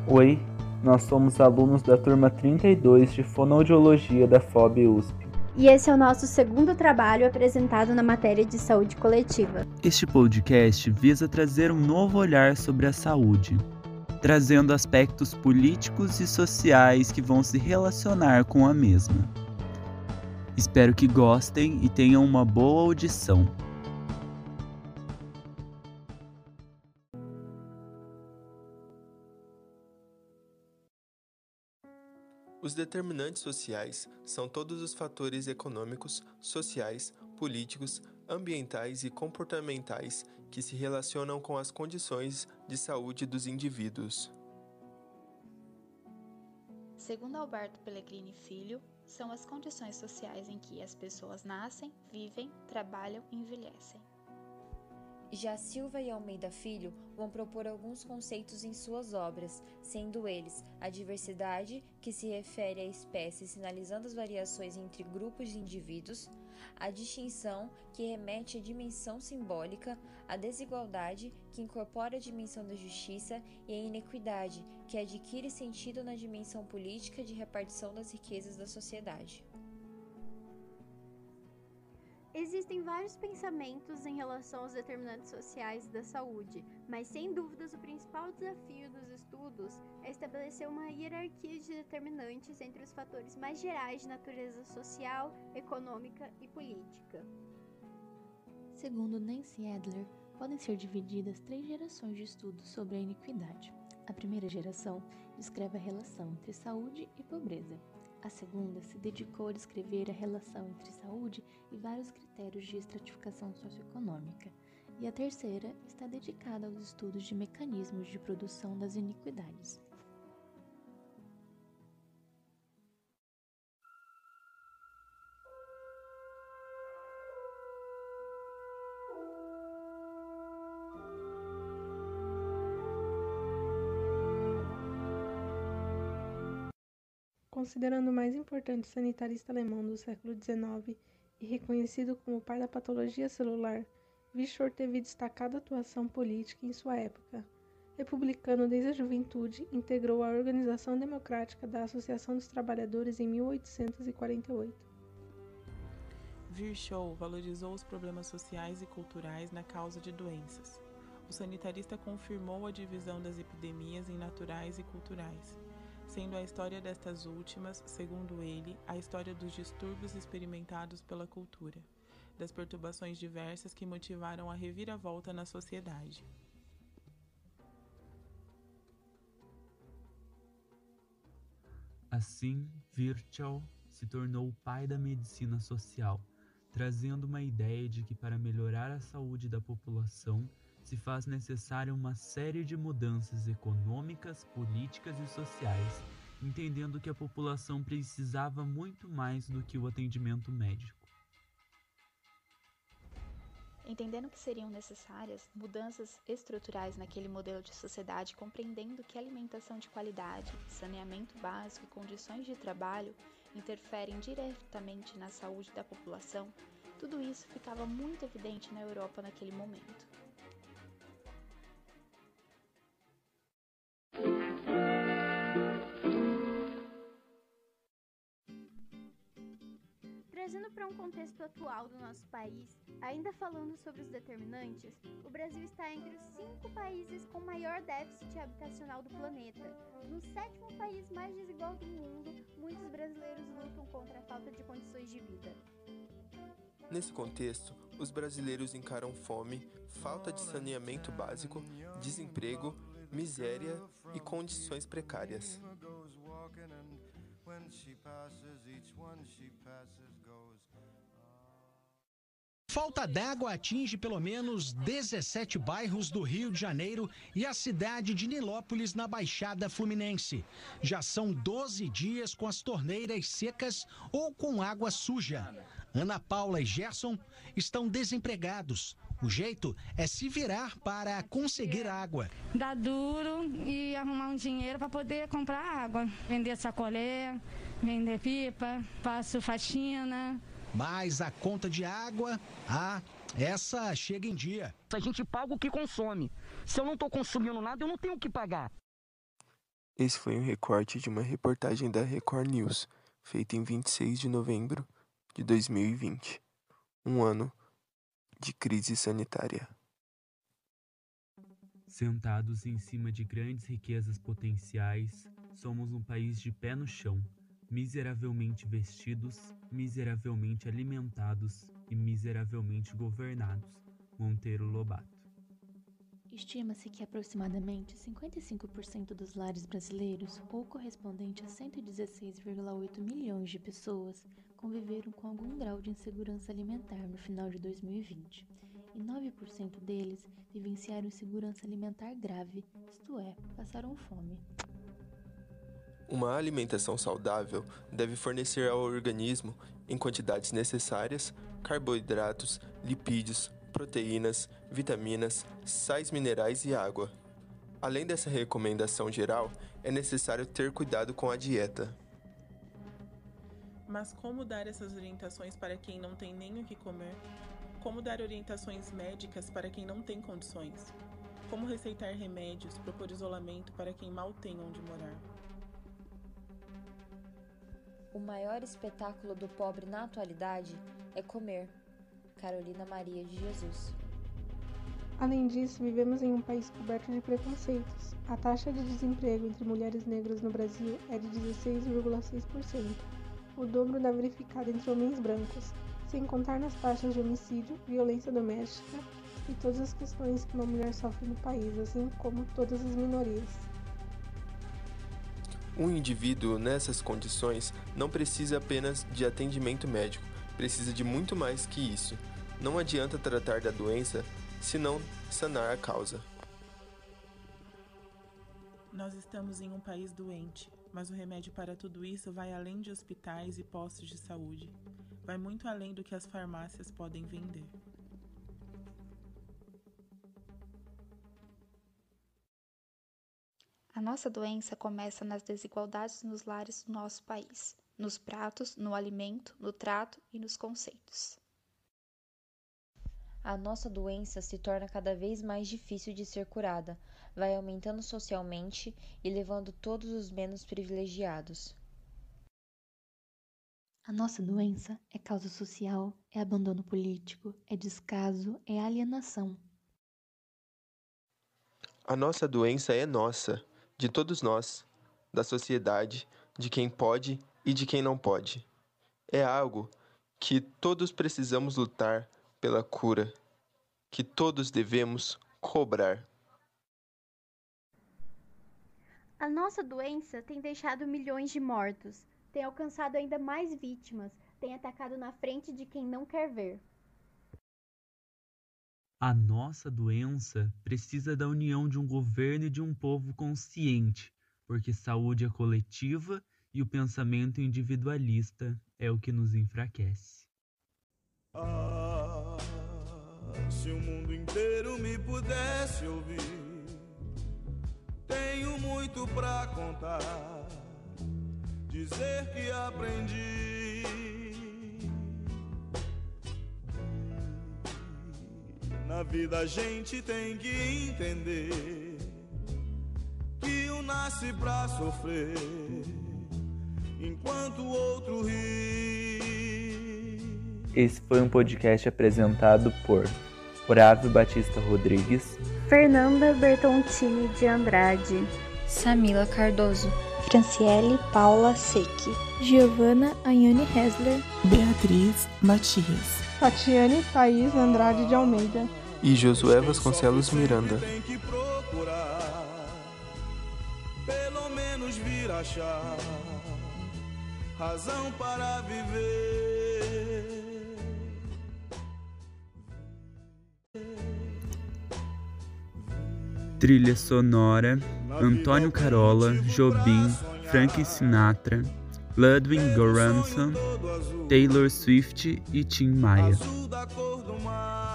Oi, nós somos alunos da turma 32 de Fonoaudiologia da FOB USP. E esse é o nosso segundo trabalho apresentado na matéria de saúde coletiva. Este podcast visa trazer um novo olhar sobre a saúde, trazendo aspectos políticos e sociais que vão se relacionar com a mesma. Espero que gostem e tenham uma boa audição. Os determinantes sociais são todos os fatores econômicos, sociais, políticos, ambientais e comportamentais que se relacionam com as condições de saúde dos indivíduos. Segundo Alberto Pellegrini Filho, são as condições sociais em que as pessoas nascem, vivem, trabalham e envelhecem. Já Silva e Almeida Filho vão propor alguns conceitos em suas obras, sendo eles a diversidade, que se refere a espécies sinalizando as variações entre grupos de indivíduos, a distinção, que remete à dimensão simbólica, a desigualdade, que incorpora a dimensão da justiça, e a inequidade, que adquire sentido na dimensão política de repartição das riquezas da sociedade. Existem vários pensamentos em relação aos determinantes sociais da saúde, mas sem dúvidas o principal desafio dos estudos é estabelecer uma hierarquia de determinantes entre os fatores mais gerais de natureza social, econômica e política. Segundo Nancy Adler, podem ser divididas 3 gerações de estudos sobre a iniquidade. A primeira geração descreve a relação entre saúde e pobreza. A segunda se dedicou a descrever a relação entre saúde e vários critérios de estratificação socioeconômica. E a terceira está dedicada aos estudos de mecanismos de produção das iniquidades. Considerando o mais importante sanitarista alemão do século XIX e reconhecido como o pai da patologia celular, Virchow teve destacada atuação política em sua época. Republicano desde a juventude, integrou a Organização Democrática da Associação dos Trabalhadores em 1848. Virchow valorizou os problemas sociais e culturais na causa de doenças. O sanitarista confirmou a divisão das epidemias em naturais e culturais, sendo a história destas últimas, segundo ele, a história dos distúrbios experimentados pela cultura, das perturbações diversas que motivaram a reviravolta na sociedade. Assim, Virchow se tornou o pai da medicina social, trazendo uma ideia de que para melhorar a saúde da população se faz necessária uma série de mudanças econômicas, políticas e sociais, entendendo que a população precisava muito mais do que o atendimento médico. Entendendo que seriam necessárias mudanças estruturais naquele modelo de sociedade, compreendendo que alimentação de qualidade, saneamento básico e condições de trabalho interferem diretamente na saúde da população, tudo isso ficava muito evidente na Europa naquele momento. Trazendo para um contexto atual do nosso país, ainda falando sobre os determinantes, o Brasil está entre os 5 países com maior déficit habitacional do planeta. No 7º país mais desigual do mundo, muitos brasileiros lutam contra a falta de condições de vida. Nesse contexto, os brasileiros encaram fome, falta de saneamento básico, desemprego, miséria e condições precárias. Falta d'água atinge pelo menos 17 bairros do Rio de Janeiro e a cidade de Nilópolis, na Baixada Fluminense. Já são 12 dias com as torneiras secas ou com água suja. Ana Paula e Gerson estão desempregados. O jeito é se virar para conseguir água. Dá duro e arrumar um dinheiro para poder comprar água. Vender sacolé, vender pipa, faço faxina. Mas a conta de água, essa chega em dia. A gente paga o que consome. Se eu não estou consumindo nada, eu não tenho o que pagar. Esse foi um recorte de uma reportagem da Record News, feita em 26 de novembro de 2020, um ano de crise sanitária. Sentados em cima de grandes riquezas potenciais, somos um país de pé no chão, miseravelmente vestidos, miseravelmente alimentados e miseravelmente governados. Monteiro Lobato. Estima-se que aproximadamente 55% dos lares brasileiros, ou correspondente a 116,8 milhões de pessoas, conviveram com algum grau de insegurança alimentar no final de 2020, e 9% deles vivenciaram insegurança alimentar grave, isto é, passaram fome. Uma alimentação saudável deve fornecer ao organismo, em quantidades necessárias, carboidratos, lipídios, proteínas, vitaminas, sais minerais e água. Além dessa recomendação geral, é necessário ter cuidado com a dieta. Mas como dar essas orientações para quem não tem nem o que comer? Como dar orientações médicas para quem não tem condições? Como receitar remédios, propor isolamento para quem mal tem onde morar? O maior espetáculo do pobre na atualidade é comer. Carolina Maria de Jesus. Além disso, vivemos em um país coberto de preconceitos. A taxa de desemprego entre mulheres negras no Brasil é de 16,6%, o dobro da verificada entre homens brancos, sem contar nas taxas de homicídio, violência doméstica e todas as questões que uma mulher sofre no país, assim como todas as minorias. Um indivíduo nessas condições não precisa apenas de atendimento médico, precisa de muito mais que isso. Não adianta tratar da doença se não sanar a causa. Nós estamos em um país doente, mas o remédio para tudo isso vai além de hospitais e postos de saúde. Vai muito além do que as farmácias podem vender. A nossa doença começa nas desigualdades nos lares do nosso país, nos pratos, no alimento, no trato e nos conceitos. A nossa doença se torna cada vez mais difícil de ser curada, vai aumentando socialmente e levando todos os menos privilegiados. A nossa doença é causa social, é abandono político, é descaso, é alienação. A nossa doença é nossa, de todos nós, da sociedade, de quem pode e de quem não pode. É algo que todos precisamos lutar pela cura, que todos devemos cobrar. A nossa doença tem deixado milhões de mortos, tem alcançado ainda mais vítimas, tem atacado na frente de quem não quer ver. A nossa doença precisa da união de um governo e de um povo consciente, porque saúde é coletiva e o pensamento individualista é o que nos enfraquece. Ah, se o mundo inteiro me pudesse ouvir, tenho muito pra contar, dizer que aprendi. Na vida a gente tem que entender que um nasce pra sofrer, enquanto o outro ri. Esse foi um podcast apresentado por Horácio Batista Rodrigues, Fernanda Bertoncini de Andrade, Samila Cardoso, Franciele Paula Secchi, Giovana Ayane Hessler, Beatriz Matias, Tatiane Thaís Andrade de Almeida e Josué Vasconcelos Miranda. Tem que procurar, pelo menos vir achar razão para viver. Trilha sonora: Antônio Carola, Jobim, Frank Sinatra, Ludwig Göransson, Taylor Swift e Tim Maia. Azul da cor do mar.